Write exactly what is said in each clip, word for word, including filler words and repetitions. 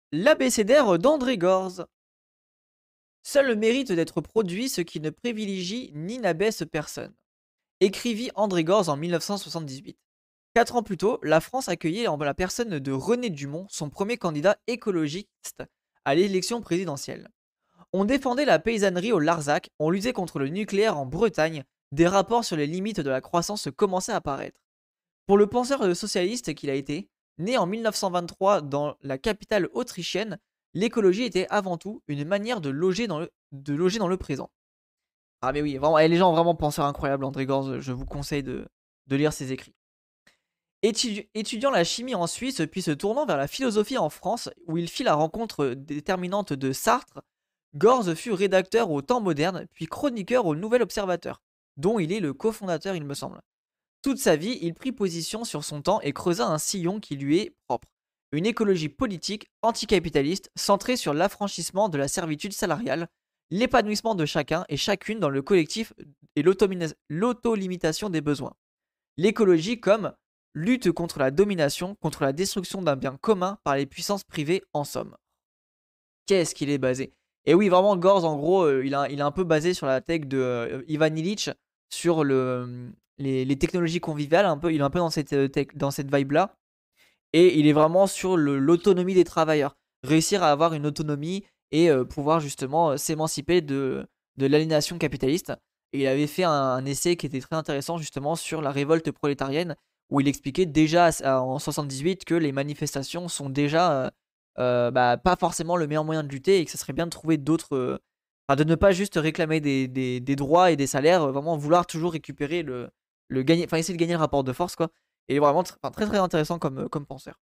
L'abécédaire d'André Gorz. Seul le mérite d'être produit ce qui ne privilégie ni n'abaisse personne. Écrivit André Gorz en mille neuf cent soixante-dix-huit. Quatre ans plus tôt, la France accueillait en la personne de René Dumont, son premier candidat écologiste à l'élection présidentielle. On défendait la paysannerie au Larzac, on luttait contre le nucléaire en Bretagne, des rapports sur les limites de la croissance commençaient à apparaître. Pour le penseur socialiste qu'il a été, né en mille neuf cent vingt-trois dans la capitale autrichienne, l'écologie était avant tout une manière de loger dans le, de loger dans le présent. Ah mais oui, vraiment, les gens ont vraiment penseurs incroyables, André Gorz, je vous conseille de, de lire ses écrits. Étudi étudiant la chimie en Suisse, puis se tournant vers la philosophie en France, où il fit la rencontre déterminante de Sartre, Gorz fut rédacteur au Temps moderne, puis chroniqueur au Nouvel Observateur, dont il est le cofondateur, il me semble. Toute sa vie, il prit position sur son temps et creusa un sillon qui lui est propre. Une écologie politique, anticapitaliste, centrée sur l'affranchissement de la servitude salariale, l'épanouissement de chacun et chacune dans le collectif et l'autolimitation des besoins. L'écologie comme lutte contre la domination, contre la destruction d'un bien commun par les puissances privées en somme. Qu'est-ce qu'il est basé? Et oui, vraiment, Gorz, en gros, euh, il, a, il est un peu basé sur la tech de euh, Ivan Illich, sur le, les, les technologies conviviales, un peu, il est un peu dans cette, euh, tech, dans cette vibe-là. Et il est vraiment sur l'autonomie des travailleurs. Réussir à avoir une autonomie et euh, pouvoir justement euh, s'émanciper de, de l'aliénation capitaliste. Et il avait fait un, un essai qui était très intéressant justement sur la révolte prolétarienne, où il expliquait déjà en soixante-dix-huit que les manifestations sont déjà euh, euh, bah, pas forcément le meilleur moyen de lutter et que ce serait bien de trouver d'autres. Euh, enfin, de ne pas juste réclamer des, des, des droits et des salaires, euh, vraiment vouloir toujours récupérer le, le gagner, enfin essayer de gagner le rapport de force quoi. Et vraiment tr- enfin, très très intéressant comme, euh, comme penseur.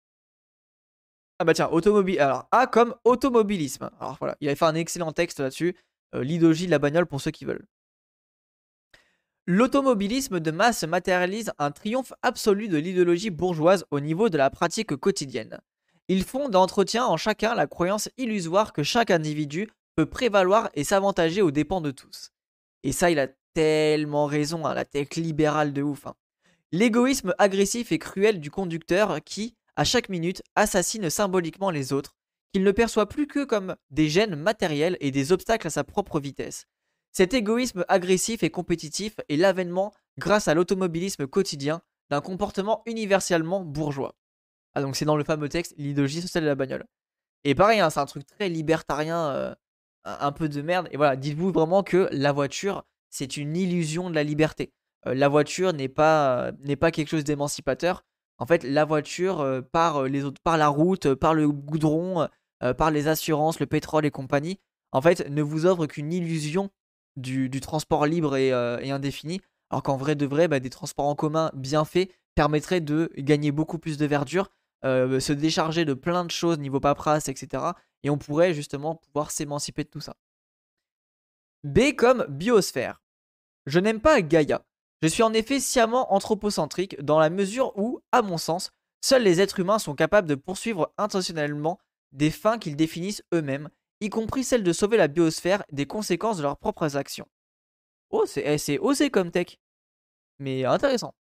Ah bah tiens, automobile. Alors, A comme automobilisme. Alors voilà, il avait fait un excellent texte là-dessus. Euh, L'idéologie de la bagnole pour ceux qui veulent. L'automobilisme de masse matérialise un triomphe absolu de l'idéologie bourgeoise au niveau de la pratique quotidienne. Il fonde et entretient en chacun la croyance illusoire que chaque individu peut prévaloir et s'avantager aux dépens de tous. Et ça, il a tellement raison, hein, la tech libérale de ouf. Hein. L'égoïsme agressif et cruel du conducteur qui, à chaque minute, assassine symboliquement les autres, qu'il ne perçoit plus que comme des gènes matériels et des obstacles à sa propre vitesse. Cet égoïsme agressif et compétitif est l'avènement, grâce à l'automobilisme quotidien, d'un comportement universellement bourgeois. Ah donc c'est dans le fameux texte l'idéologie sociale de la bagnole. Et pareil, hein, c'est un truc très libertarien, euh, un peu de merde. Et voilà, dites-vous vraiment que la voiture, c'est une illusion de la liberté. Euh, la voiture n'est pas, euh, n'est pas quelque chose d'émancipateur. En fait, la voiture, euh, par, euh, les autres, par la route, euh, par le goudron, euh, par les assurances, le pétrole et compagnie, en fait, ne vous offre qu'une illusion du, du transport libre et, euh, et indéfini. Alors qu'en vrai de vrai, bah, des transports en commun bien faits permettraient de gagner beaucoup plus de verdure, euh, se décharger de plein de choses niveau paperasse, et cetera. Et on pourrait justement pouvoir s'émanciper de tout ça. B comme biosphère. Je n'aime pas Gaïa. Je suis en effet sciemment anthropocentrique dans la mesure où, à mon sens, seuls les êtres humains sont capables de poursuivre intentionnellement des fins qu'ils définissent eux-mêmes, y compris celle de sauver la biosphère des conséquences de leurs propres actions. Oh, c'est eh, c'est osé comme tech, mais intéressant.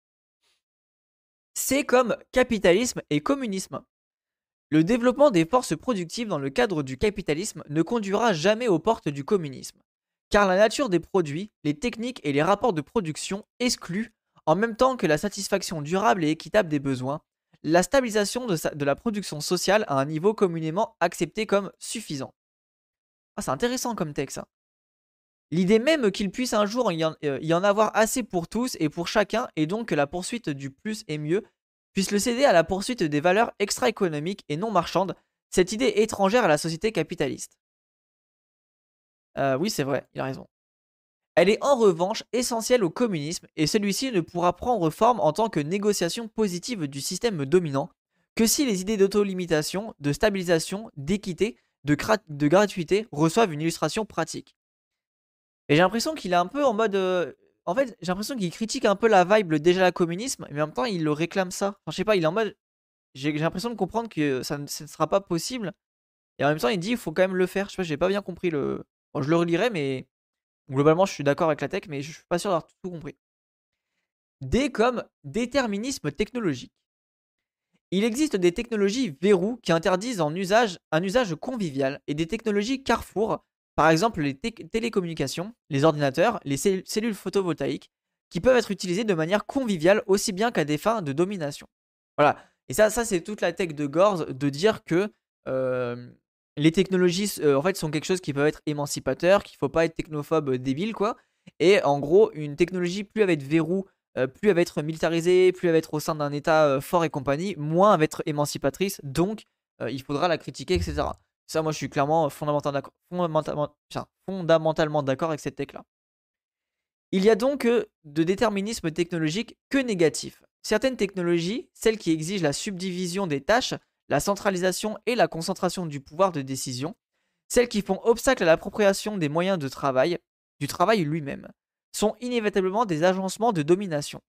C comme capitalisme et communisme. Le développement des forces productives dans le cadre du capitalisme ne conduira jamais aux portes du communisme, car la nature des produits, les techniques et les rapports de production excluent, en même temps que la satisfaction durable et équitable des besoins, la stabilisation de, sa- de la production sociale à un niveau communément accepté comme suffisant. Ah, c'est intéressant comme texte, ça. L'idée même qu'il puisse un jour y en, euh, y en avoir assez pour tous et pour chacun, et donc que la poursuite du plus et mieux puisse le céder à la poursuite des valeurs extra-économiques et non marchandes, cette idée étrangère à la société capitaliste. Euh, oui, c'est vrai, il a raison. Elle est en revanche essentielle au communisme, et celui-ci ne pourra prendre forme en tant que négociation positive du système dominant que si les idées d'autolimitation, de stabilisation, d'équité, de, de gratuité reçoivent une illustration pratique. Et j'ai l'impression qu'il est un peu en mode. euh, En fait, j'ai l'impression qu'il critique un peu la vibe déjà la communisme, mais en même temps, il le réclame ça. Enfin, je sais pas, il est en mode. J'ai j'ai l'impression de comprendre que ça ne, ça ne sera pas possible. Et en même temps, il dit il faut quand même le faire. Je sais pas, j'ai pas bien compris le. Bon, je le relirai, mais globalement, je suis d'accord avec la tech, mais je suis pas sûr d'avoir tout compris. D comme déterminisme technologique. Il existe des technologies verrous qui interdisent en usage, un usage convivial et des technologies carrefour, par exemple les té- télécommunications, les ordinateurs, les cell- cellules photovoltaïques, qui peuvent être utilisées de manière conviviale aussi bien qu'à des fins de domination. Voilà. Et ça, ça c'est toute la tech de Gors de dire que euh, les technologies euh, en fait sont quelque chose qui peut être émancipateur, qu'il faut pas être technophobe euh, débile quoi. Et en gros, une technologie plus elle va être verrou, euh, plus elle va être militarisée, plus elle va être au sein d'un État euh, fort et compagnie, moins elle va être émancipatrice. Donc, euh, il faudra la critiquer, et cetera. Ça, moi, je suis clairement fondamentalement d'accord, fondamentalement, putain, fondamentalement d'accord avec cette tech-là. Il y a donc euh, de déterminisme technologique que négatif. Certaines technologies, celles qui exigent la subdivision des tâches, la centralisation et la concentration du pouvoir de décision, celles qui font obstacle à l'appropriation des moyens de travail, du travail lui-même, sont inévitablement des agencements de domination.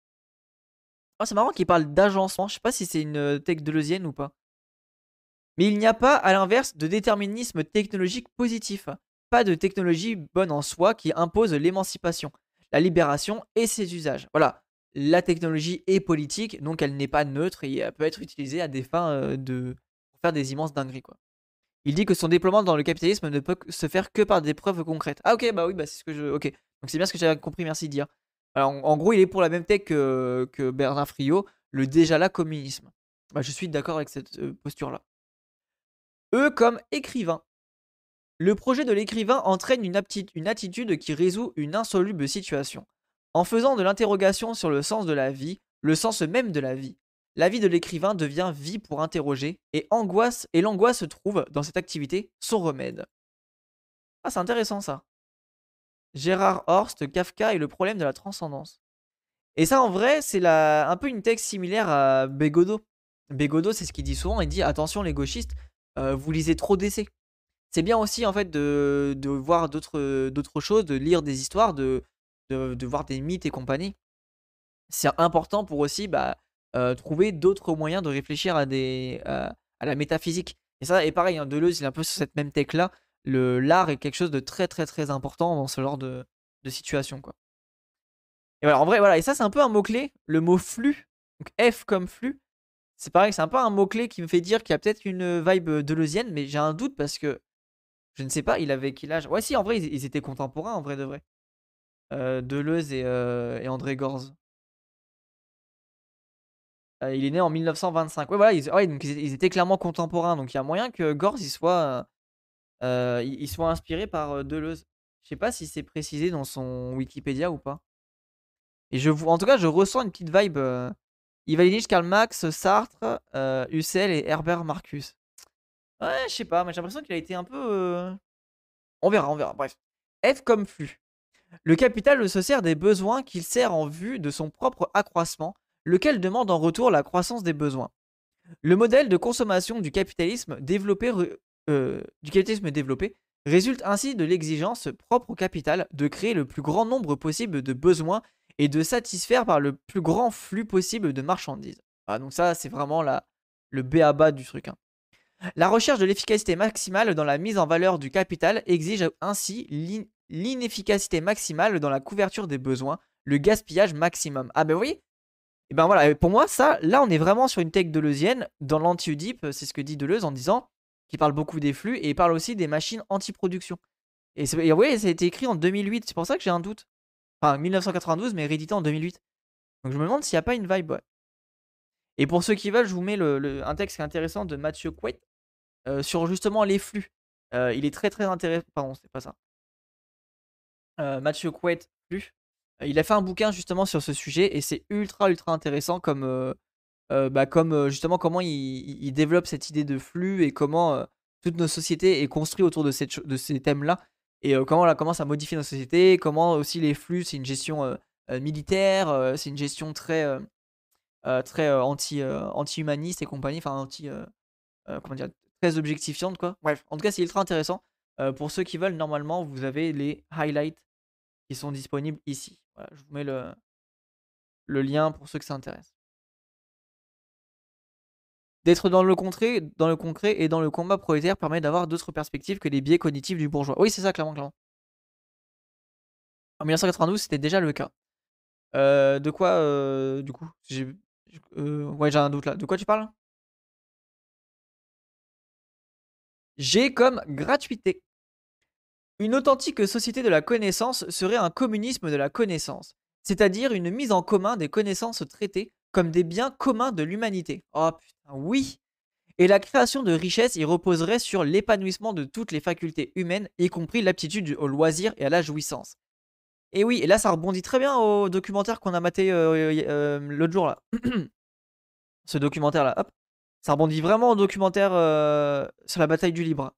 Oh, c'est marrant qu'il parle d'agencement, je sais pas si c'est une euh, tech deleuzienne ou pas. Mais il n'y a pas, à l'inverse, de déterminisme technologique positif. Pas de technologie bonne en soi qui impose l'émancipation, la libération et ses usages. Voilà, la technologie est politique, donc elle n'est pas neutre et elle peut être utilisée à des fins euh, de pour faire des immenses dingueries quoi. Il dit que son déploiement dans le capitalisme ne peut se faire que par des preuves concrètes. Ah ok, bah oui, bah c'est ce que je... Ok, donc c'est bien ce que j'avais compris, merci de dire. Alors en, en gros, il est pour la même tech que, que Bernard Friot, le déjà là communisme. Bah je suis d'accord avec cette euh, posture-là. Eux comme écrivain. Le projet de l'écrivain entraîne une, une attitude qui résout une insoluble situation. En faisant de l'interrogation sur le sens de la vie, le sens même de la vie, la vie de l'écrivain devient vie pour interroger, et angoisse et l'angoisse trouve, dans cette activité, son remède. Ah, c'est intéressant ça. Gérard Horst, Kafka et le problème de la transcendance. Et ça, en vrai, c'est la... un peu une texte similaire à Bégodeau. Bégodeau, c'est ce qu'il dit souvent, il dit attention les gauchistes, euh, vous lisez trop d'essais. C'est bien aussi en fait de, de voir d'autres d'autres choses, de lire des histoires, de, de, de voir des mythes et compagnie. C'est important pour aussi bah, euh, trouver d'autres moyens de réfléchir à, des, à, à la métaphysique. Et ça, et pareil, hein, Deleuze, il est un peu sur cette même tech-là. Le, l'art est quelque chose de très très très important dans ce genre de, de situation. Quoi. Et voilà, en vrai, voilà, et ça c'est un peu un mot-clé, le mot flux, donc F comme flux. C'est pareil, c'est un peu un mot-clé qui me fait dire qu'il y a peut-être une vibe deleuzienne, mais j'ai un doute parce que je ne sais pas, il avait quel âge? Ouais, si, en vrai, ils, ils étaient contemporains, en vrai de vrai. Euh, Deleuze et, euh, et André Gorz. Euh, il est né en mille neuf cent vingt-cinq. Ouais, voilà, ils, ouais, donc ils, ils étaient clairement contemporains. Donc il y a moyen que Gorz il soit, euh, il, il soit inspiré par euh, Deleuze. Je sais pas si c'est précisé dans son Wikipédia ou pas. Et je, en tout cas, je ressens une petite vibe. Euh, Ivan Illich, Karl Marx, Sartre, euh, Husserl et Herbert Marcuse. Ouais, je sais pas, mais j'ai l'impression qu'il a été un peu. euh, On verra, on verra. Bref. F comme flux. Le capital se sert des besoins qu'il sert en vue de son propre accroissement, lequel demande en retour la croissance des besoins. Le modèle de consommation du capitalisme développé, euh, du capitalisme développé résulte ainsi de l'exigence propre au capital de créer le plus grand nombre possible de besoins et de satisfaire par le plus grand flux possible de marchandises. Ah, donc ça, c'est vraiment la, le b a ba du truc. Hein. La recherche de l'efficacité maximale dans la mise en valeur du capital exige ainsi l'inefficacité maximale dans la couverture des besoins, le gaspillage maximum. Ah ben oui. Et ben voilà, pour moi, ça, là, on est vraiment sur une tech deleuzienne. Dans l'anti-Oedipe, c'est ce que dit Deleuze en disant qu'il parle beaucoup des flux et il parle aussi des machines anti-production. Et, et oui, ça a été écrit en deux mille huit, c'est pour ça que j'ai un doute. Enfin, mille neuf cent quatre-vingt-douze, mais réédité en deux mille huit. Donc je me demande s'il n'y a pas une vibe, ouais. Et pour ceux qui veulent, je vous mets le, le, un texte intéressant de Mathieu Couet euh, sur justement les flux. Euh, il est très très intéressant. Pardon, c'est pas ça. Euh, Mathieu Couet, flux. Euh, il a fait un bouquin justement sur ce sujet et c'est ultra ultra intéressant comme, euh, euh, bah, comme euh, justement comment il, il, développe cette idée de flux et comment euh, toute nos sociétés est construite autour de, cette, de ces thèmes-là et euh, comment on commence à modifier nos sociétés, comment aussi les flux c'est une gestion euh, euh, militaire, euh, c'est une gestion très, euh, euh, très euh, anti, euh, anti-humaniste et compagnie, enfin anti, euh, euh, comment dire, très objectifiante quoi. Bref, en tout cas c'est ultra intéressant. Euh, pour ceux qui veulent, normalement vous avez les highlights qui sont disponibles ici. Voilà, je vous mets le, le lien pour ceux que ça intéresse. D'être dans le concret, dans le concret et dans le combat prolétaire permet d'avoir d'autres perspectives que les biais cognitifs du bourgeois. Oui, c'est ça, clairement, clairement. En mille neuf cent quatre-vingt-douze, c'était déjà le cas. Euh, de quoi, euh, du coup j'ai, euh, ouais, j'ai un doute là. De quoi tu parles? G comme gratuité. Une authentique société de la connaissance serait un communisme de la connaissance, c'est-à-dire une mise en commun des connaissances traitées comme des biens communs de l'humanité. Oh putain, oui. Et la création de richesses y reposerait sur l'épanouissement de toutes les facultés humaines, y compris l'aptitude au loisir et à la jouissance. Et oui, et là ça rebondit très bien au documentaire qu'on a maté euh, euh, l'autre jour là. Ce documentaire là, hop. Ça rebondit vraiment au documentaire euh, sur la bataille du Libre.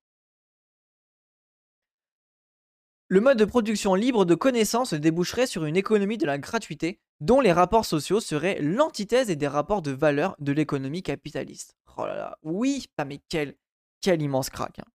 Le mode de production libre de connaissances déboucherait sur une économie de la gratuité, dont les rapports sociaux seraient l'antithèse et des rapports de valeur de l'économie capitaliste. Oh là là, oui, ah mais quel, quel immense crack. Hein.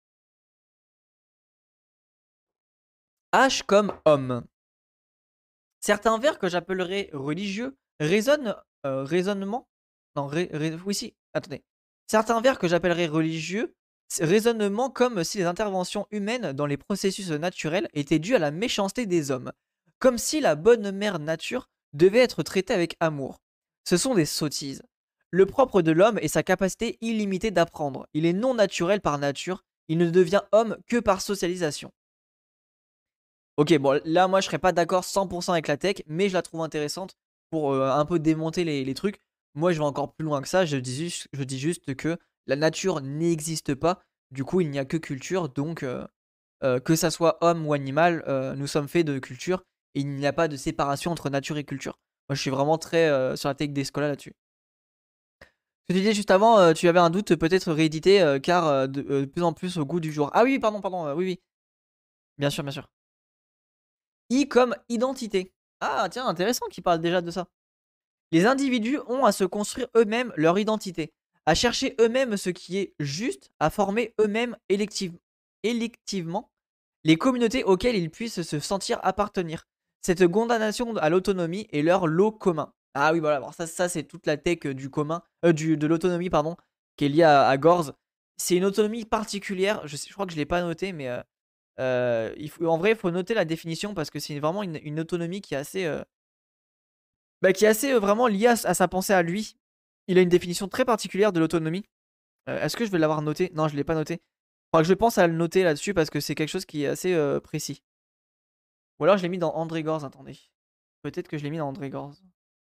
H comme homme. Certains vers que j'appellerais religieux résonnent, euh, raisonnement. Non, ré, ré- oui, si, attendez. Certains vers que j'appellerais religieux raisonnement comme si les interventions humaines dans les processus naturels étaient dues à la méchanceté des hommes, comme si la bonne mère nature devait être traitée avec amour. Ce sont des sottises. Le propre de l'homme est sa capacité illimitée d'apprendre. Il est non naturel par nature, il ne devient homme que par socialisation. Ok, bon, là, moi, je serais pas d'accord cent pour cent avec la tech, mais je la trouve intéressante pour euh, un peu démonter les, les trucs. Moi, je vais encore plus loin que ça. Je dis, juste, je dis juste que la nature n'existe pas. Du coup, il n'y a que culture. Donc, euh, euh, que ça soit homme ou animal, euh, nous sommes faits de culture. Et il n'y a pas de séparation entre nature et culture. Moi, je suis vraiment très euh, sur la tech des scolas là-dessus. Ce que tu disais juste avant, euh, tu avais un doute peut-être réédité, euh, car euh, de, euh, de plus en plus au goût du jour. Ah oui, pardon, pardon, euh, oui, oui. Bien sûr, bien sûr. I comme identité. Ah, tiens, intéressant qu'il parle déjà de ça. Les individus ont à se construire eux-mêmes leur identité, à chercher eux-mêmes ce qui est juste, à former eux-mêmes élective- électivement les communautés auxquelles ils puissent se sentir appartenir. Cette condamnation à l'autonomie est leur lot commun. Ah oui, voilà, alors ça, ça c'est toute la tech euh, du commun, euh, du, de l'autonomie, pardon, qui est liée à, à Gorz. C'est une autonomie particulière, je, sais, je crois que je ne l'ai pas noté, mais euh, euh, il faut, en vrai, il faut noter la définition parce que c'est vraiment une, une autonomie qui est assez, euh, bah, qui est assez euh, vraiment liée à, à sa pensée à lui. Il a une définition très particulière de l'autonomie. Euh, Est-ce que je vais l'avoir noté? Non, je ne l'ai pas noté. Faudra que je pense à le noter là-dessus parce que c'est quelque chose qui est assez euh, précis. Ou alors je l'ai mis dans André Gorz, attendez. Peut-être que je l'ai mis dans André Gorz.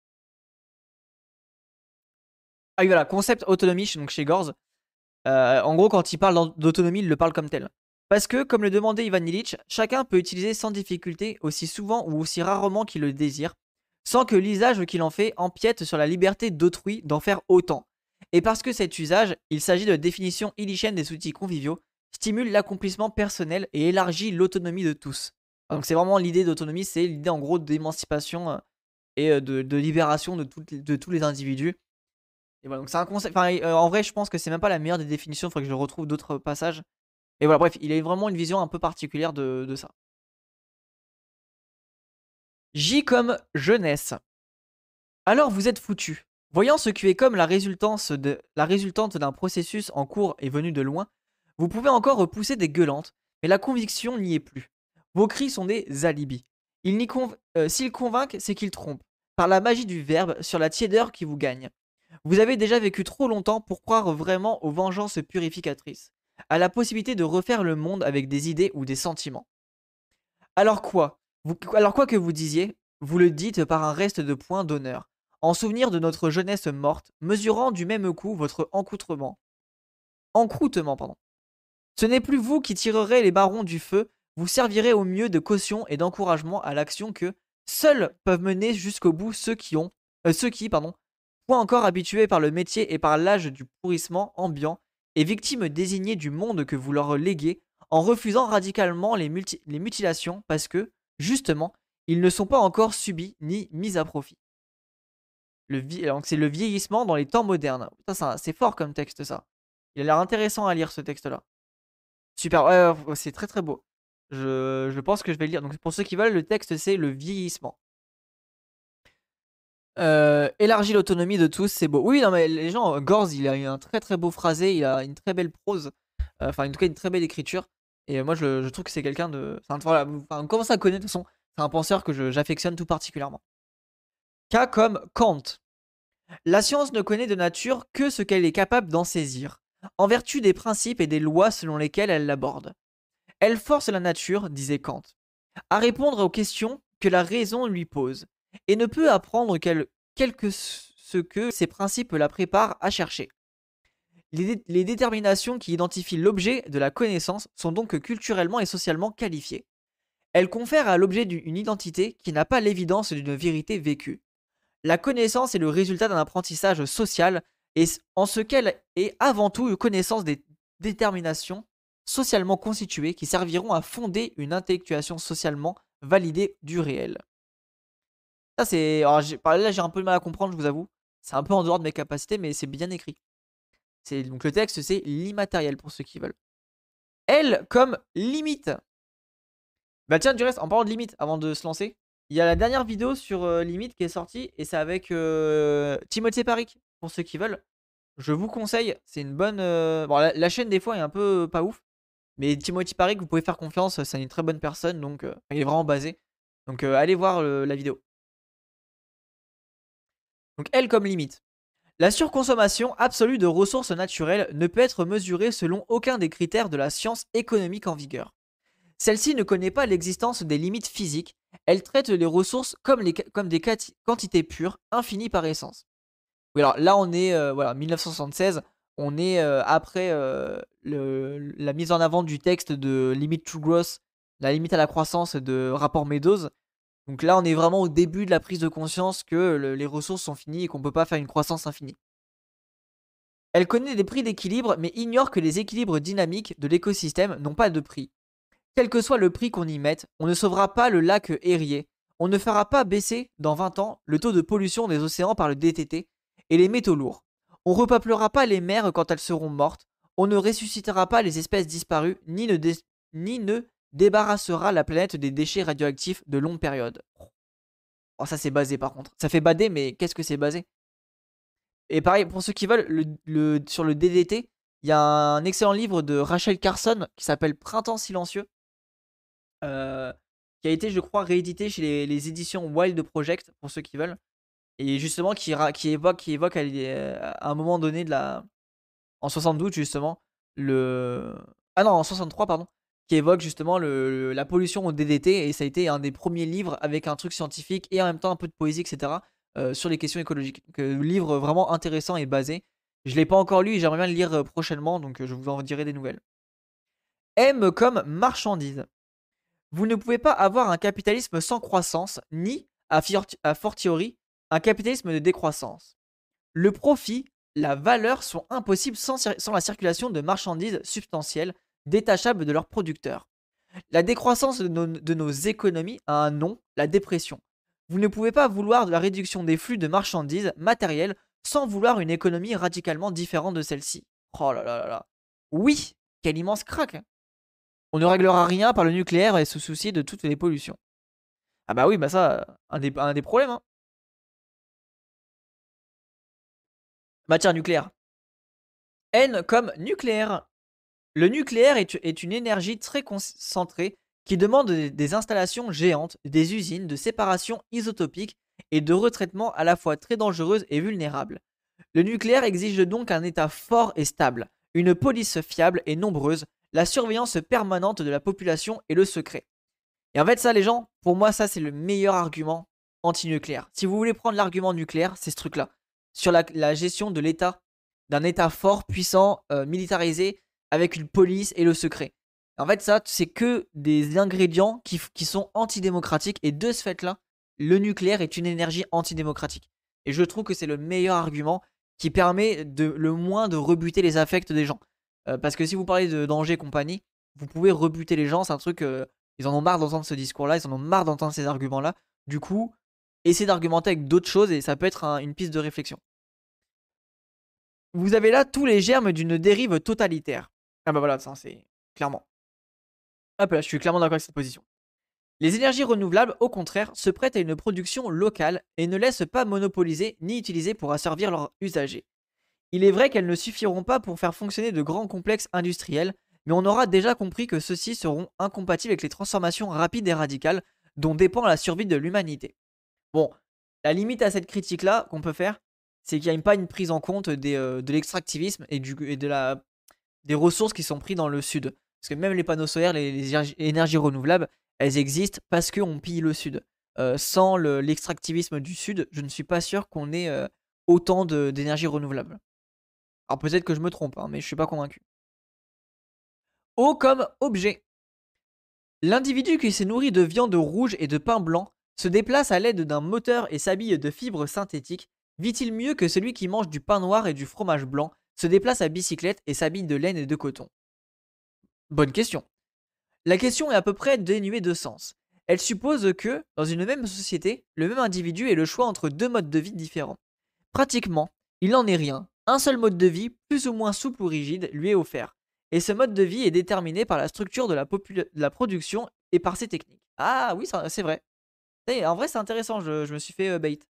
Ah oui, voilà, concept autonomie donc chez Gorz. Euh, en gros, quand il parle d'autonomie, il le parle comme tel. Parce que, comme le demandait Ivan Illich, chacun peut utiliser sans difficulté aussi souvent ou aussi rarement qu'il le désire, sans que l'usage qu'il en fait empiète sur la liberté d'autrui d'en faire autant. Et parce que cet usage, il s'agit de définition illichienne des outils conviviaux, stimule l'accomplissement personnel et élargit l'autonomie de tous. Donc c'est vraiment l'idée d'autonomie, c'est l'idée en gros d'émancipation euh, et euh, de, de libération de, toutes les- de tous les individus. Et voilà, donc c'est un concept. Enfin, euh, en vrai, je pense que c'est même pas la meilleure des définitions. Il faudrait que je retrouve d'autres passages. Et voilà, bref, il a vraiment une vision un peu particulière de, de ça. J comme jeunesse. Alors vous êtes foutu. Voyant ce qui est comme la, résultance de, la résultante d'un processus en cours et venu de loin, vous pouvez encore repousser des gueulantes, mais la conviction n'y est plus. Vos cris sont des alibis. Ils n'y conv- euh, S'ils convainquent, c'est qu'ils trompent. Par la magie du verbe, sur la tiédeur qui vous gagne. Vous avez déjà vécu trop longtemps pour croire vraiment aux vengeances purificatrices, à la possibilité de refaire le monde avec des idées ou des sentiments. Alors quoi vous, Alors quoi que vous disiez, vous le dites par un reste de point d'honneur, en souvenir de notre jeunesse morte, mesurant du même coup votre encoutrement. Encroutement, pardon. Ce n'est plus vous qui tirerez les barons du feu, vous servirez au mieux de caution et d'encouragement à l'action que seuls peuvent mener jusqu'au bout ceux qui ont, euh, ceux qui, pardon, point encore habitués par le métier et par l'âge du pourrissement ambiant, et victimes désignées du monde que vous leur léguez, en refusant radicalement les, multi- les mutilations parce que, justement, ils ne sont pas encore subis ni mis à profit. Le vi- Donc c'est le vieillissement dans les temps modernes. Ça, c'est fort comme texte, ça. Il a l'air intéressant à lire ce texte-là. Super, ouais, ouais, ouais, c'est très très beau. Je, je pense que je vais le lire. Donc pour ceux qui veulent, le texte c'est le vieillissement. Euh, élargit l'autonomie de tous, c'est beau. Oui, non mais les gens, Gorz, il a un très très beau phrasé, il a une très belle prose, euh, enfin en tout cas une très belle écriture. Et euh, moi je, je trouve que c'est quelqu'un de, enfin, voilà, enfin, on commence à connaître de toute façon. C'est un penseur que je- j'affectionne tout particulièrement. K comme Kant. La science ne connaît de nature que ce qu'elle est capable d'en saisir. en vertu des principes et des lois selon lesquels elle l'aborde. Elle force la nature, disait Kant, à répondre aux questions que la raison lui pose, et ne peut apprendre quel, quel que ce que ces principes la préparent à chercher. Les, dé- les déterminations qui identifient l'objet de la connaissance sont donc culturellement et socialement qualifiées. Elles confèrent à l'objet d'une une identité qui n'a pas l'évidence d'une vérité vécue. La connaissance est le résultat d'un apprentissage social et s- en ce qu'elle est avant tout une connaissance des déterminations socialement constituées qui serviront à fonder une intellectuation socialement validée du réel. Ça c'est, alors j'ai- par là j'ai un peu de mal à comprendre, je vous avoue. C'est un peu en dehors de mes capacités, mais c'est bien écrit. C'est donc le texte, c'est l'immatériel pour ceux qui veulent. Elle comme limite. Bah tiens, du reste, en parlant de limite, avant de se lancer, il y a la dernière vidéo sur euh, limite qui est sortie et c'est avec euh, Timothée Parik pour ceux qui veulent. Je vous conseille, c'est une bonne. euh, Bon, la, la chaîne des fois est un peu euh, pas ouf, mais Timothy Parik, vous pouvez faire confiance, c'est une très bonne personne, donc euh, il est vraiment basé. Donc euh, allez voir euh, la vidéo. Donc elle comme limite. La surconsommation absolue de ressources naturelles ne peut être mesurée selon aucun des critères de la science économique en vigueur. Celle-ci ne connaît pas l'existence des limites physiques, elle traite les ressources comme, les, comme des quantités pures, infinies par essence. Oui, alors là, on est, euh, voilà, mille neuf cent soixante-seize, on est euh, après euh, le- la mise en avant du texte de Limit to Growth, la limite à la croissance de rapport Meadows. Donc là, on est vraiment au début de la prise de conscience que le- les ressources sont finies et qu'on ne peut pas faire une croissance infinie. Elle connaît des prix d'équilibre, mais ignore que les équilibres dynamiques de l'écosystème n'ont pas de prix. Quel que soit le prix qu'on y mette, on ne sauvera pas le lac Erie. On ne fera pas baisser, dans vingt ans, le taux de pollution des océans par le D T T et les métaux lourds. On ne repeuplera pas les mers quand elles seront mortes. On ne ressuscitera pas les espèces disparues, ni ne, dé- ni ne débarrassera la planète des déchets radioactifs de longue période. Oh, ça c'est basé par contre. Ça fait bader, mais qu'est-ce que c'est basé? Et pareil, pour ceux qui veulent, le, le- sur le D D T, il y a un excellent livre de Rachel Carson qui s'appelle Printemps silencieux, euh, qui a été, je crois, réédité chez les, les éditions Wild Project, pour ceux qui veulent. Et justement, qui, ra- qui évoque, qui évoque à, à un moment donné, de la, en soixante-douze, justement, le. Ah non, en soixante-trois, pardon. Qui évoque justement le, la pollution au D D T. Et ça a été un des premiers livres avec un truc scientifique et en même temps un peu de poésie, et cetera euh, sur les questions écologiques. Donc, euh, livre vraiment intéressant et basé. Je ne l'ai pas encore lu et j'aimerais bien le lire euh, prochainement, donc euh, je vous en dirai des nouvelles. M comme marchandise. Vous ne pouvez pas avoir un capitalisme sans croissance, ni, à, a fortiori, un capitalisme de décroissance. Le profit, la valeur sont impossibles sans, sans la circulation de marchandises substantielles détachables de leurs producteurs. La décroissance de nos, de nos économies a un nom, la dépression. Vous ne pouvez pas vouloir de la réduction des flux de marchandises matérielles sans vouloir une économie radicalement différente de celle-ci. Oh là là là là. Oui, quel immense crack. On ne réglera rien par le nucléaire et se soucier de toutes les pollutions. Ah bah oui, bah ça, un des, un des problèmes. Hein. Matière nucléaire. N comme nucléaire. Le nucléaire est, est une énergie très concentrée qui demande des, des installations géantes, des usines de séparation isotopique et de retraitement à la fois très dangereuses et vulnérables. Le nucléaire exige donc un état fort et stable, une police fiable et nombreuse, la surveillance permanente de la population et le secret. Et en fait, ça, les gens, pour moi, ça, c'est le meilleur argument anti-nucléaire. Si vous voulez prendre l'argument nucléaire, c'est ce truc-là. Sur la, la gestion de l'État, d'un État fort, puissant, euh, militarisé, avec une police et le secret. En fait, ça, c'est que des ingrédients qui, qui sont antidémocratiques. Et de ce fait-là, le nucléaire est une énergie antidémocratique. Et je trouve que c'est le meilleur argument qui permet de, le moins de rebuter les affects des gens. Euh, parce que si vous parlez de danger et compagnie, vous pouvez rebuter les gens. C'est un truc. Euh, ils en ont marre d'entendre ce discours-là, ils en ont marre d'entendre ces arguments-là. Du coup, essayez d'argumenter avec d'autres choses et ça peut être un- une piste de réflexion. Vous avez là tous les germes d'une dérive totalitaire. Ah bah voilà, ça c'est clairement. Hop là, je suis clairement d'accord avec cette position. Les énergies renouvelables, au contraire, se prêtent à une production locale et ne laissent pas monopoliser ni utiliser pour asservir leurs usagers. Il est vrai qu'elles ne suffiront pas pour faire fonctionner de grands complexes industriels, mais on aura déjà compris que ceux-ci seront incompatibles avec les transformations rapides et radicales dont dépend la survie de l'humanité. Bon, la limite à cette critique-là qu'on peut faire, c'est qu'il n'y a pas une prise en compte des, euh, de l'extractivisme et, du, et de la des ressources qui sont prises dans le sud. Parce que même les panneaux solaires, les, les énergies renouvelables, elles existent parce qu'on pille le sud. Euh, sans l'extractivisme du sud, je ne suis pas sûr qu'on ait euh, autant d'énergie renouvelable. Alors peut-être que je me trompe, hein, mais je suis pas convaincu. Eau comme objet. L'individu qui s'est nourri de viande rouge et de pain blanc se déplace à l'aide d'un moteur et s'habille de fibres synthétiques. Vit-il mieux que celui qui mange du pain noir et du fromage blanc, se déplace à bicyclette et s'habille de laine et de coton? Bonne question. La question est à peu près dénuée de sens. Elle suppose que, dans une même société, le même individu ait le choix entre deux modes de vie différents. Pratiquement, il n'en est rien. Un seul mode de vie, plus ou moins souple ou rigide, lui est offert. Et ce mode de vie est déterminé par la structure de la, de la production et par ses techniques. Ah oui, c'est vrai. Et en vrai, c'est intéressant, je, je, me suis fait euh, bait.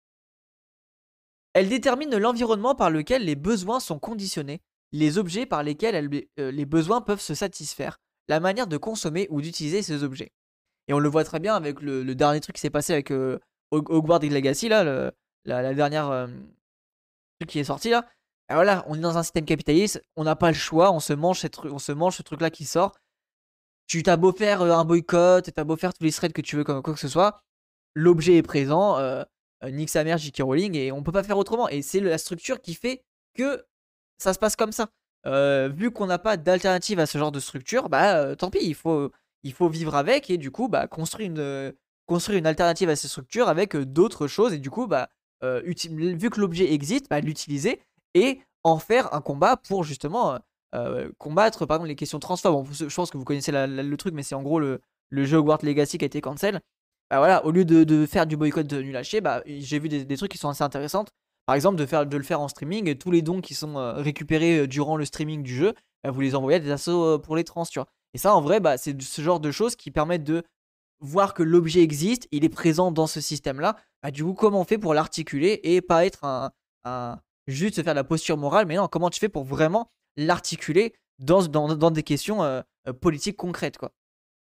Elle détermine l'environnement par lequel les besoins sont conditionnés, les objets par lesquels elle, euh, les besoins peuvent se satisfaire, la manière de consommer ou d'utiliser ces objets. Et on le voit très bien avec le, le dernier truc qui s'est passé avec euh, Hogwarts Legacy, là, le, la, la, dernière euh, truc qui est sorti là. Et voilà, on est dans un système capitaliste, on n'a pas le choix, on se mange, cette, on se mange ce truc là qui sort. Tu t'as beau faire euh, un boycott, t'as beau faire tous les threads que tu veux, comme quoi que ce soit, l'objet est présent, euh, euh, nique sa mère J K Rowling, et on peut pas faire autrement. Et c'est la structure qui fait que ça se passe comme ça. Euh, vu qu'on n'a pas d'alternative à ce genre de structure, bah euh, tant pis, il faut, il faut vivre avec, et du coup, bah construire une, euh, construire une alternative à ces structures avec euh, d'autres choses, et du coup, bah euh, vu que l'objet existe, bah l'utiliser et en faire un combat pour justement euh, combattre par exemple les questions transphobes. Bon, je pense que vous connaissez la, la, le truc, mais c'est en gros le, le jeu Hogwarts Legacy qui a été cancel. Bah voilà, au lieu de, de faire du boycott de nul à chier, bah j'ai vu des, des trucs qui sont assez intéressants. Par exemple, de, faire, de le faire en streaming, et tous les dons qui sont euh, récupérés euh, durant le streaming du jeu, bah, vous les envoyez à des assos euh, pour les trans, tu vois. Et ça, en vrai, bah, c'est ce genre de choses qui permettent de voir que l'objet existe, il est présent dans ce système-là. Bah, du coup, comment on fait pour l'articuler et pas être un, un, juste se faire de la posture morale, mais non, comment tu fais pour vraiment l'articuler dans, dans, dans des questions euh, euh, politiques concrètes, quoi.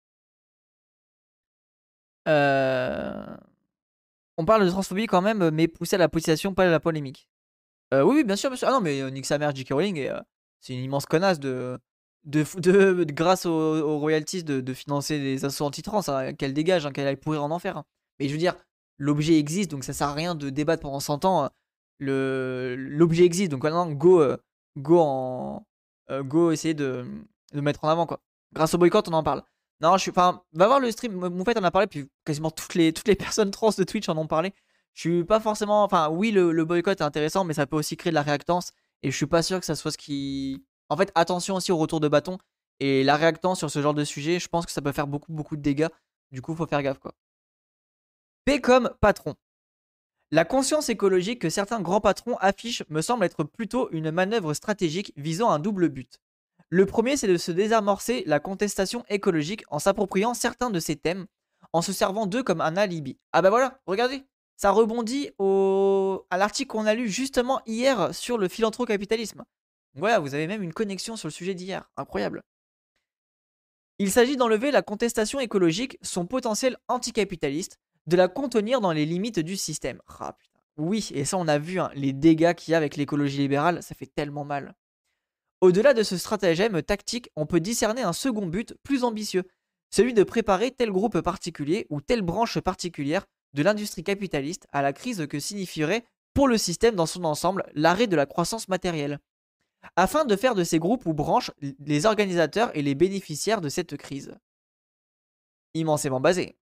Euh... On parle de transphobie quand même, mais poussé à la politisation, pas à la polémique. Euh, oui, oui, bien sûr, bien sûr. Ah non, mais euh, nique sa mère, J K Rowling, et, euh, c'est une immense connasse de, de, de, de grâce aux, aux royalties, de, de financer des assos anti-trans, hein, qu'elle dégage, hein, qu'elle aille pourrir en enfer. Hein. Mais je veux dire, l'objet existe, donc ça sert à rien de débattre pendant cent ans. Hein. Le, l'objet existe, donc maintenant, go, euh, go, en, euh, go essayer de, de mettre en avant, quoi. Grâce au boycott, on en parle. Non, je suis. Enfin, va voir le stream. Moufette en a parlé, puis quasiment toutes les, toutes les personnes trans de Twitch en ont parlé. Je suis pas forcément. Enfin, oui, le, le boycott est intéressant, mais ça peut aussi créer de la réactance. Et je suis pas sûr que ça soit ce qui. En fait, attention aussi au retour de bâton. Et la réactance sur ce genre de sujet, je pense que ça peut faire beaucoup, beaucoup de dégâts. Du coup, faut faire gaffe, quoi. P comme patron. La conscience écologique que certains grands patrons affichent me semble être plutôt une manœuvre stratégique visant un double but. Le premier, c'est de se désamorcer la contestation écologique en s'appropriant certains de ces thèmes, en se servant d'eux comme un alibi. Ah bah voilà, regardez, ça rebondit au... à l'article qu'on a lu justement hier sur le philanthrocapitalisme. Voilà, vous avez même une connexion sur le sujet d'hier, incroyable. Il s'agit d'enlever la contestation écologique, son potentiel anticapitaliste, de la contenir dans les limites du système. Ah putain. Oui, et ça on a vu, hein, les dégâts qu'il y a avec l'écologie libérale, ça fait tellement mal. Au-delà de ce stratagème tactique, on peut discerner un second but plus ambitieux, celui de préparer tel groupe particulier ou telle branche particulière de l'industrie capitaliste à la crise que signifierait pour le système dans son ensemble l'arrêt de la croissance matérielle, afin de faire de ces groupes ou branches les organisateurs et les bénéficiaires de cette crise. Immensément basé.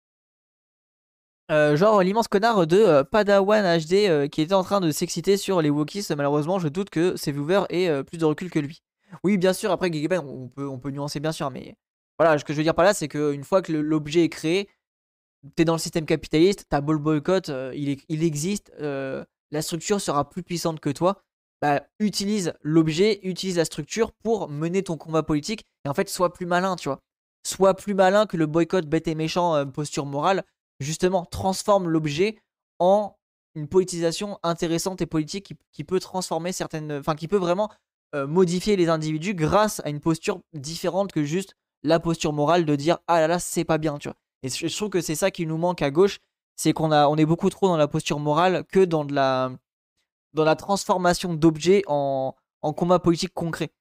Euh, genre l'immense connard de euh, Padawan H D euh, qui était en train de s'exciter sur les wokistes, malheureusement je doute que ses viewers aient euh, plus de recul que lui. Oui bien sûr, après Gigaben on peut, on peut nuancer bien sûr, mais voilà, ce que je veux dire par là c'est qu'une fois que l'objet est créé, t'es dans le système capitaliste, ta ball boycott, euh, il, est, il existe, euh, la structure sera plus puissante que toi, bah utilise l'objet, utilise la structure pour mener ton combat politique, et en fait sois plus malin, tu vois. Sois plus malin que le boycott bête et méchant, euh, posture morale. Justement, transforme l'objet en une politisation intéressante et politique qui, qui peut transformer certaines. Enfin, qui peut vraiment euh, modifier les individus grâce à une posture différente que juste la posture morale de dire ah là là, c'est pas bien, tu vois. Et je, je trouve que c'est ça qui nous manque à gauche, c'est qu'on a, on est beaucoup trop dans la posture morale que dans de la, dans la transformation d'objets en, en combat politique concret.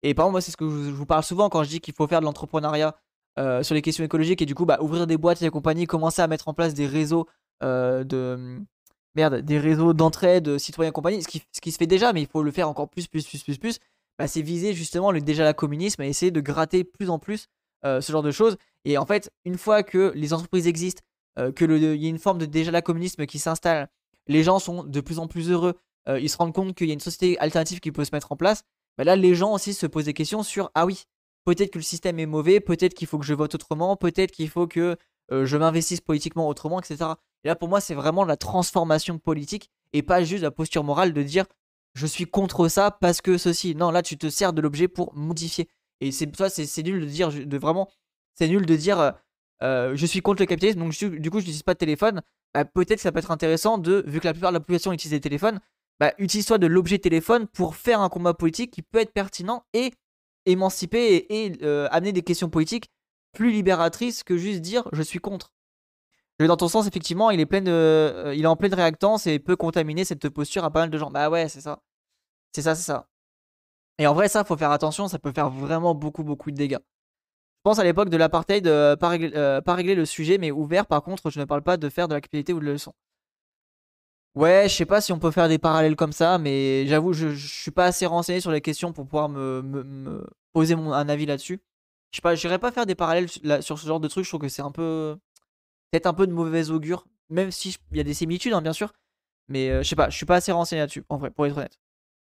Et par exemple, moi, c'est ce que je, je vous parle souvent quand je dis qu'il faut faire de l'entrepreneuriat euh, sur les questions écologiques et du coup, bah, ouvrir des boîtes et compagnie, commencer à mettre en place des réseaux euh, de. Merde, des réseaux d'entraide citoyens et compagnie, ce qui, ce qui se fait déjà, mais il faut le faire encore plus, plus, plus, plus, plus. Bah, c'est viser justement le déjà la communisme et essayer de gratter plus en plus euh, ce genre de choses. Et en fait, une fois que les entreprises existent, euh, que le, il y a une forme de déjà la communisme qui s'installe, les gens sont de plus en plus heureux, euh, ils se rendent compte qu'il y a une société alternative qui peut se mettre en place. Bah là, les gens aussi se posent des questions sur ah oui, peut-être que le système est mauvais, peut-être qu'il faut que je vote autrement, peut-être qu'il faut que euh, je m'investisse politiquement autrement, et cetera. Et là, pour moi, c'est vraiment la transformation politique et pas juste la posture morale de dire je suis contre ça parce que ceci. Non, là, tu te sers de l'objet pour modifier. Et c'est toi, c'est nul de dire, de vraiment, c'est nul de dire euh, euh, je suis contre le capitalisme, donc je, du coup, je n'utilise pas de téléphone. Bah, peut-être que ça peut être intéressant de, vu que la plupart de la population utilise des téléphones, bah, utilise-toi de l'objet téléphone pour faire un combat politique qui peut être pertinent et émanciper et, et euh, amener des questions politiques plus libératrices que juste dire je suis contre. Je vais dans ton sens, effectivement, il est, plein de, euh, il est en pleine réactance et peut contaminer cette posture à pas mal de gens. Bah ouais, c'est ça. C'est ça, c'est ça. Et en vrai, ça, faut faire attention, ça peut faire vraiment beaucoup, beaucoup de dégâts. Je pense à l'époque de l'apartheid, euh, pas, régler, euh, pas régler le sujet, mais ouvert. Par contre, je ne parle pas de faire de la capitalité ou de la leçon. Ouais, je sais pas si on peut faire des parallèles comme ça, mais j'avoue, je, je suis pas assez renseigné sur les questions pour pouvoir me, me- me poser mon, un avis là-dessus. Je sais pas, j'irais pas faire des parallèles sur, là- sur ce genre de truc, je trouve que c'est un peu. Peut-être un peu de mauvais augure, même si il y a des similitudes, hein, bien sûr. Mais euh, je sais pas, je suis pas assez renseigné là-dessus, en vrai, pour être honnête.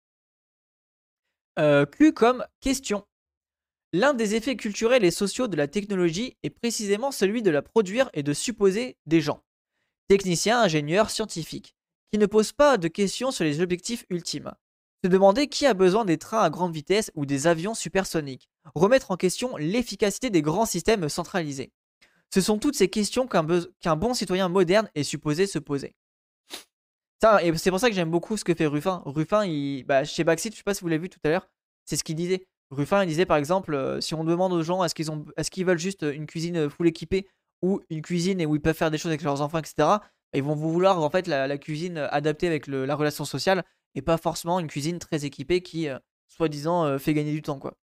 Euh, Q comme question. L'un des effets culturels et sociaux de la technologie est précisément celui de la produire et de supposer des gens, techniciens, ingénieurs, scientifiques, qui ne posent pas de questions sur les objectifs ultimes. Se demander qui a besoin des trains à grande vitesse ou des avions supersoniques. Remettre en question l'efficacité des grands systèmes centralisés. Ce sont toutes ces questions qu'un qu'un bon citoyen moderne est supposé se poser. Ça, et c'est pour ça que j'aime beaucoup ce que fait Ruffin. Ruffin, il, bah, chez Backseat, je sais pas si vous l'avez vu tout à l'heure, c'est ce qu'il disait. Ruffin, il disait par exemple, euh, si on demande aux gens est-ce qu'ils ont, est-ce qu'ils veulent juste une cuisine euh, full équipée ou une cuisine et où ils peuvent faire des choses avec leurs enfants, et cetera. Ils vont vouloir en fait la, la cuisine euh, adaptée avec le- la relation sociale et pas forcément une cuisine très équipée qui, euh, soi-disant, euh, fait gagner du temps, quoi.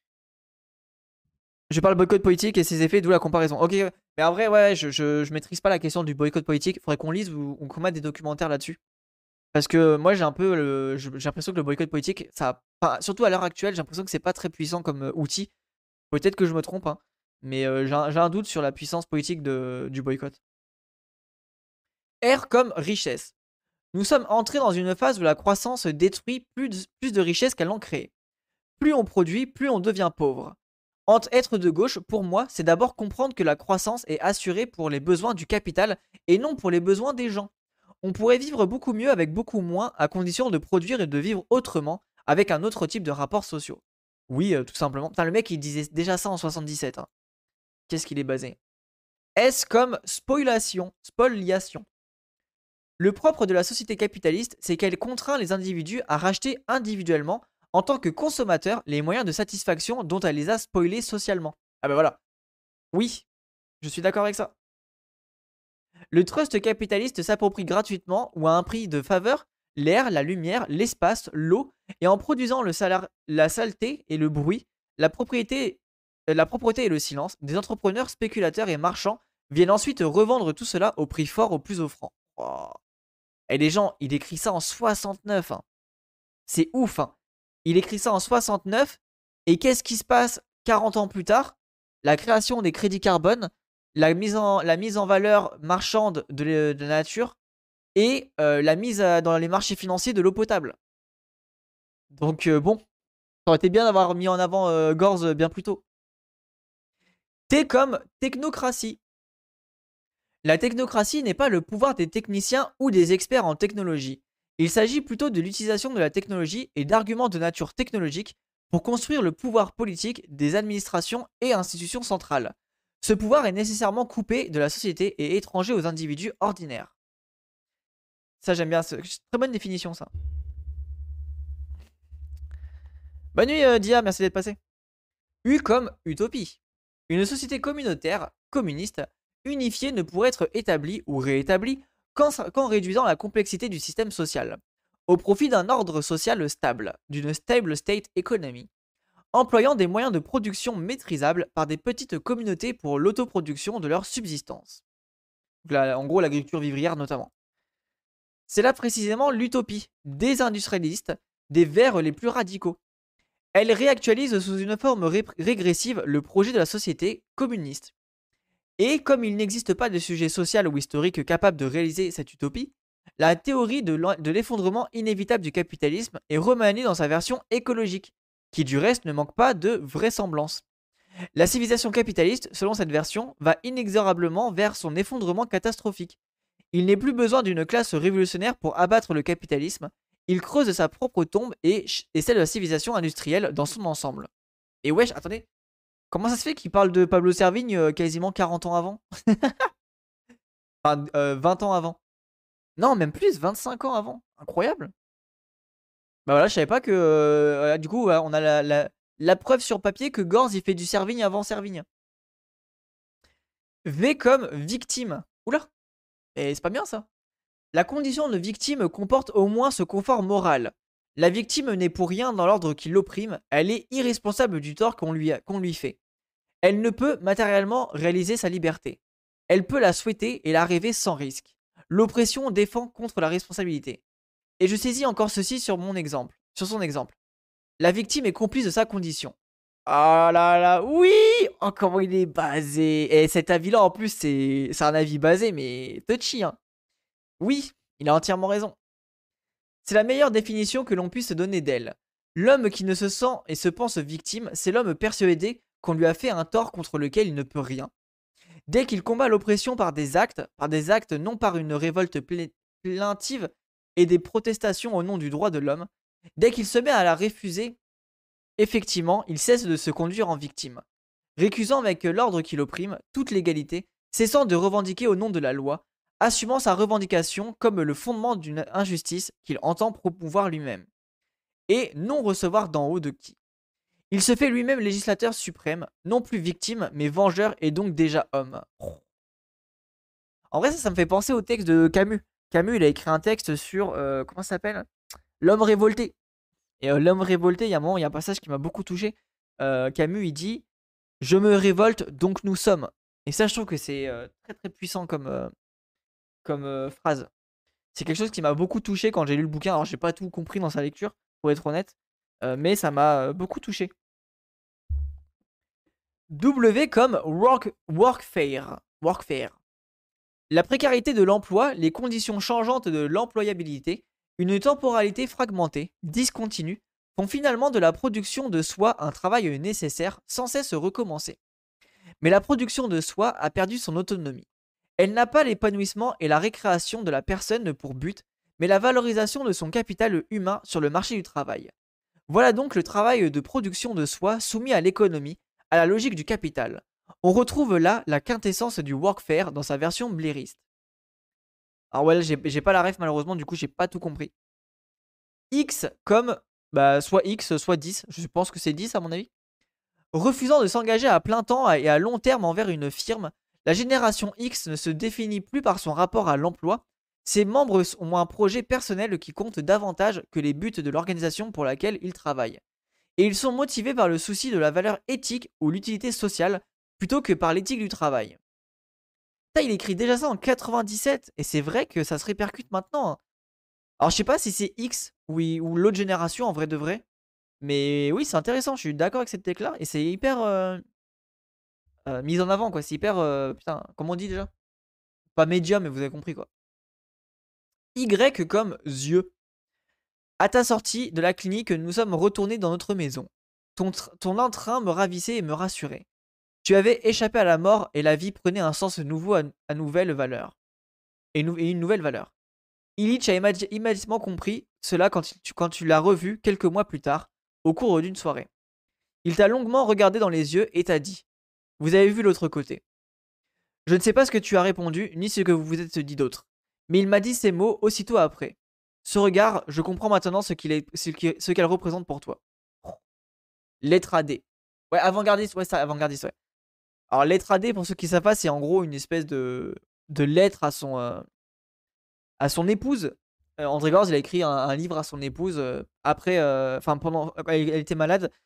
Je parle boycott politique et ses effets, d'où la comparaison. Ok, ouais. Mais en vrai, ouais, je, je, je maîtrise pas la question du boycott politique. Faudrait qu'on lise ou qu'on mette des documentaires là-dessus. Parce que moi, j'ai un peu le- je- j'ai l'impression que le boycott politique, ça, enfin, surtout à l'heure actuelle, j'ai l'impression que c'est pas très puissant comme euh, outil. Peut-être que je me trompe, hein, mais euh, j'ai un, j'ai un doute sur la puissance politique de, du boycott. R comme richesse. Nous sommes entrés dans une phase où la croissance détruit plus de, plus de richesses qu'elle en crée. Plus on produit, plus on devient pauvre. Entre être de gauche, pour moi, c'est d'abord comprendre que la croissance est assurée pour les besoins du capital et non pour les besoins des gens. On pourrait vivre beaucoup mieux avec beaucoup moins à condition de produire et de vivre autrement avec un autre type de rapports sociaux. Oui, euh, tout simplement. Putain, le mec, il disait déjà ça en soixante-dix-sept, hein. Qu'est-ce qu'il est basé? S comme spoliation. Spoliation. Le propre de la société capitaliste, c'est qu'elle contraint les individus à racheter individuellement, en tant que consommateurs, les moyens de satisfaction dont elle les a spoilés socialement. Ah ben voilà. Oui, je suis d'accord avec ça. Le trust capitaliste s'approprie gratuitement ou à un prix de faveur l'air, la lumière, l'espace, l'eau, et en produisant le salaire, la saleté et le bruit, la propriété, euh, la propreté et le silence, des entrepreneurs, spéculateurs et marchands viennent ensuite revendre tout cela au prix fort au plus offrant. Oh. Et les gens, il écrit ça en soixante-neuf, hein. C'est ouf, hein. Il écrit ça en soixante-neuf, et qu'est-ce qui se passe quarante ans plus tard? La création des crédits carbone, la mise en, la mise en valeur marchande de, de la nature et euh, la mise à- dans les marchés financiers de l'eau potable. Donc euh, bon, ça aurait été bien d'avoir mis en avant euh, Gorz bien plus tôt. T comme technocratie. La technocratie n'est pas le pouvoir des techniciens ou des experts en technologie. Il s'agit plutôt de l'utilisation de la technologie et d'arguments de nature technologique pour construire le pouvoir politique des administrations et institutions centrales. Ce pouvoir est nécessairement coupé de la société et étranger aux individus ordinaires. Ça, j'aime bien. C'est très bonne définition, ça. Bonne nuit, euh, Dia, merci d'être passé. U comme utopie. Une société communautaire, communiste, unifiée ne pourrait être établie ou réétablie qu'en, qu'en réduisant la complexité du système social, au profit d'un ordre social stable, d'une stable state economy. employant des moyens de production maîtrisables par des petites communautés pour l'autoproduction de leur subsistance. Donc là, en gros, l'agriculture vivrière notamment. C'est là précisément l'utopie désindustrialiste des Verts les plus radicaux. Elle réactualise sous une forme ré- régressive le projet de la société communiste. Et comme il n'existe pas de sujet social ou historique capable de réaliser cette utopie, la théorie de l'en- de l'effondrement inévitable du capitalisme est remaniée dans sa version écologique, qui du reste ne manque pas de vraisemblance. La civilisation capitaliste, selon cette version, va inexorablement vers son effondrement catastrophique. Il n'est plus besoin d'une classe révolutionnaire pour abattre le capitalisme, il creuse sa propre tombe et, et celle de la civilisation industrielle dans son ensemble. Et wesh, attendez, comment ça se fait qu'il parle de Pablo Servigne euh, quasiment quarante ans avant? Enfin, euh, vingt ans avant. Non, même plus, vingt-cinq ans avant. Incroyable. Bah voilà, je savais pas que. Euh, voilà, du coup, ouais, on a la, la- la preuve sur papier que Gorz il fait du Servigne avant Servigne. V comme victime. Oula, et c'est pas bien ça. La condition de victime comporte au moins ce confort moral. La victime n'est pour rien dans l'ordre qui l'opprime, elle est irresponsable du tort qu'on lui, a- qu'on lui fait. Elle ne peut matériellement réaliser sa liberté. Elle peut la souhaiter et la rêver sans risque. L'oppression défend contre la responsabilité. Et je saisis encore ceci sur mon exemple, sur son exemple. La victime est complice de sa condition. Ah là là, oui. Oh, comment il est basé. Et cet avis-là, en plus, c'est c'est un avis basé, mais touchy, hein. Oui, il a entièrement raison. C'est la meilleure définition que l'on puisse donner d'elle. L'homme qui ne se sent et se pense victime, c'est l'homme persuadé qu'on lui a fait un tort contre lequel il ne peut rien. Dès qu'il combat l'oppression par des actes, par des actes non par une révolte plaintive et des protestations au nom du droit de l'homme, dès qu'il se met à la refuser, effectivement, il cesse de se conduire en victime. Récusant avec l'ordre qui l'opprime toute l'égalité, cessant de revendiquer au nom de la loi, assumant sa revendication comme le fondement d'une injustice qu'il entend promouvoir lui-même, et non recevoir d'en haut de qui. Il se fait lui-même législateur suprême, non plus victime, mais vengeur et donc déjà homme. En vrai, ça, ça me fait penser au texte de Camus. Camus, il a écrit un texte sur, euh, comment ça s'appelle? L'homme révolté. Et euh, l'homme révolté, il y a un moment, il y a un passage qui m'a beaucoup touché. Euh, Camus, il dit je me révolte, donc nous sommes. Et ça, je trouve que c'est euh, très très puissant comme, euh, comme euh, phrase. C'est quelque chose qui m'a beaucoup touché quand j'ai lu le bouquin. Alors, j'ai pas tout compris dans sa lecture, pour être honnête, euh, mais ça m'a euh, beaucoup touché. W comme work, workfare. Workfare. La précarité de l'emploi, les conditions changeantes de l'employabilité, une temporalité fragmentée, discontinue, font finalement de la production de soi un travail nécessaire sans cesse recommencer. Mais la production de soi a perdu son autonomie. Elle n'a pas l'épanouissement et la récréation de la personne pour but, mais la valorisation de son capital humain sur le marché du travail. Voilà donc le travail de production de soi soumis à l'économie, à la logique du capital. On retrouve là la quintessence du workfare dans sa version blairiste. Alors ouais, j'ai j'ai pas la ref malheureusement, du coup j'ai pas tout compris. X comme bah, soit X, soit dix, je pense que c'est dix à mon avis. Refusant de s'engager à plein temps et à long terme envers une firme, la génération X ne se définit plus par son rapport à l'emploi. Ses membres ont un projet personnel qui compte davantage que les buts de l'organisation pour laquelle ils travaillent. Et ils sont motivés par le souci de la valeur éthique ou l'utilité sociale plutôt que par l'éthique du travail. Ça, il écrit déjà ça en quatre-vingt-dix-sept et c'est vrai que ça se répercute maintenant, hein. Alors je sais pas si c'est X ou, ou l'autre génération en vrai de vrai, mais oui c'est intéressant, je suis d'accord avec cette tech là et c'est hyper euh, euh, mise en avant quoi, c'est hyper euh, putain, comment on dit déjà? Pas média mais vous avez compris quoi. Y comme yeux. À ta sortie de la clinique, nous sommes retournés dans notre maison. Ton, ton entrain me ravissait et me rassurait. Tu avais échappé à la mort et la vie prenait un sens nouveau à, à nouvelle valeur. Et, nou et une nouvelle valeur. Illich a immédiatement compris cela quand, il, tu, quand tu l'as revu quelques mois plus tard, au cours d'une soirée. Il t'a longuement regardé dans les yeux et t'a dit vous avez vu l'autre côté. Je ne sais pas ce que tu as répondu, ni ce que vous vous êtes dit d'autre. Mais il m'a dit ces mots aussitôt après. Ce regard, je comprends maintenant ce qu'il est, ce qu'elle ce représente pour toi. Lettre A D. Ouais, avant-gardiste, ouais, ça, avant-gardiste, ouais. Alors, lettre A D, pour ceux qui savent pas, c'est en gros une espèce de, de lettre à son, euh, à son épouse. Euh, André Gorz, il a écrit un, un livre à son épouse euh, après, euh, enfin, pendant, elle, elle était malade.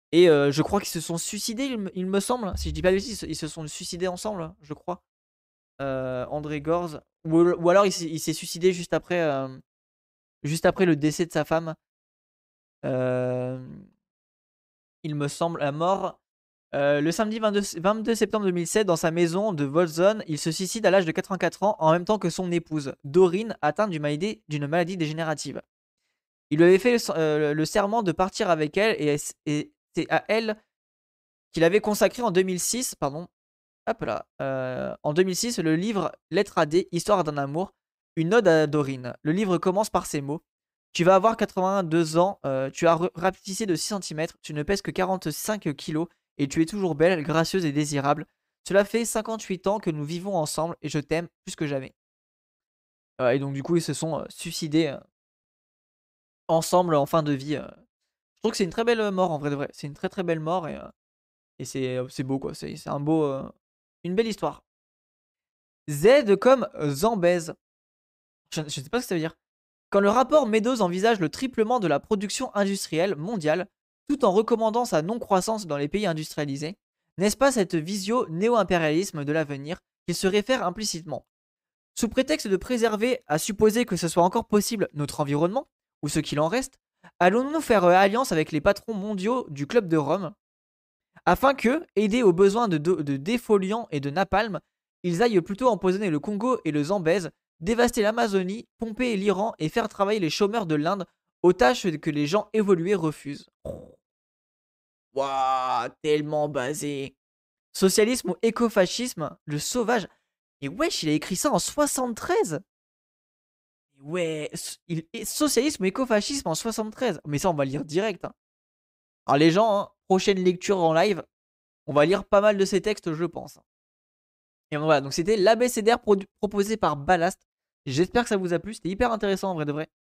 Et euh, je crois qu'ils se sont suicidés, il me, il me semble. Si je dis pas de bêtises, ils se, ils se sont suicidés ensemble, je crois. Euh, André Gorz. Ou, ou alors il s'est il s'est suicidé juste après, euh, juste après le décès de sa femme. Euh, il me semble, la mort. Euh, le samedi vingt-deux, vingt-deux septembre deux mille sept, dans sa maison de Volzone, il se suicide à l'âge de quatre-vingt-quatre ans en même temps que son épouse, Dorine, atteinte d'une maladie, d'une maladie dégénérative. Il lui avait fait le, euh, le serment de partir avec elle et, et c'est à elle qu'il avait consacré en deux mille six, pardon, hop là, euh, en deux mille six, le livre Lettre à D, Histoire d'un amour, une ode à Dorine. Le livre commence par ces mots. Tu vas avoir quatre-vingt-deux ans, euh, tu as rapetissé de six centimètres, tu ne pèses que quarante-cinq kilos et tu es toujours belle, gracieuse et désirable. Cela fait cinquante-huit ans que nous vivons ensemble et je t'aime plus que jamais. Euh, et donc du coup, ils se sont euh, suicidés euh, ensemble en fin de vie. euh. Je trouve que c'est une très belle euh, mort en vrai de vrai. C'est une très très belle mort et, euh, et c'est euh, c'est beau quoi. C'est c'est un beau, euh, une belle histoire. Z comme Zambèze. Je ne sais pas ce que ça veut dire. Quand le rapport Meadows envisage le triplement de la production industrielle mondiale, tout en recommandant sa non-croissance dans les pays industrialisés, n'est-ce pas cette visio néo-impérialisme de l'avenir qu'il se réfère implicitement? Sous prétexte de préserver, à supposer que ce soit encore possible, notre environnement, ou ce qu'il en reste, allons-nous faire alliance avec les patrons mondiaux du Club de Rome, afin que, aidés aux besoins de, de, de défoliants et de napalm, ils aillent plutôt empoisonner le Congo et le Zambèze, dévaster l'Amazonie, pomper l'Iran et faire travailler les chômeurs de l'Inde aux tâches que les gens évolués refusent. Waouh, tellement basé. Socialisme ou écofascisme, le sauvage. Et wesh, il a écrit ça en soixante-treize. Ouais, il est socialisme ou écofascisme en soixante-treize. Mais ça, on va lire direct. Hein. Alors les gens, hein, prochaine lecture en live, on va lire pas mal de ces textes, je pense. Et voilà, donc c'était l'abécédaire proposé par Ballast. J'espère que ça vous a plu, c'était hyper intéressant en vrai de vrai.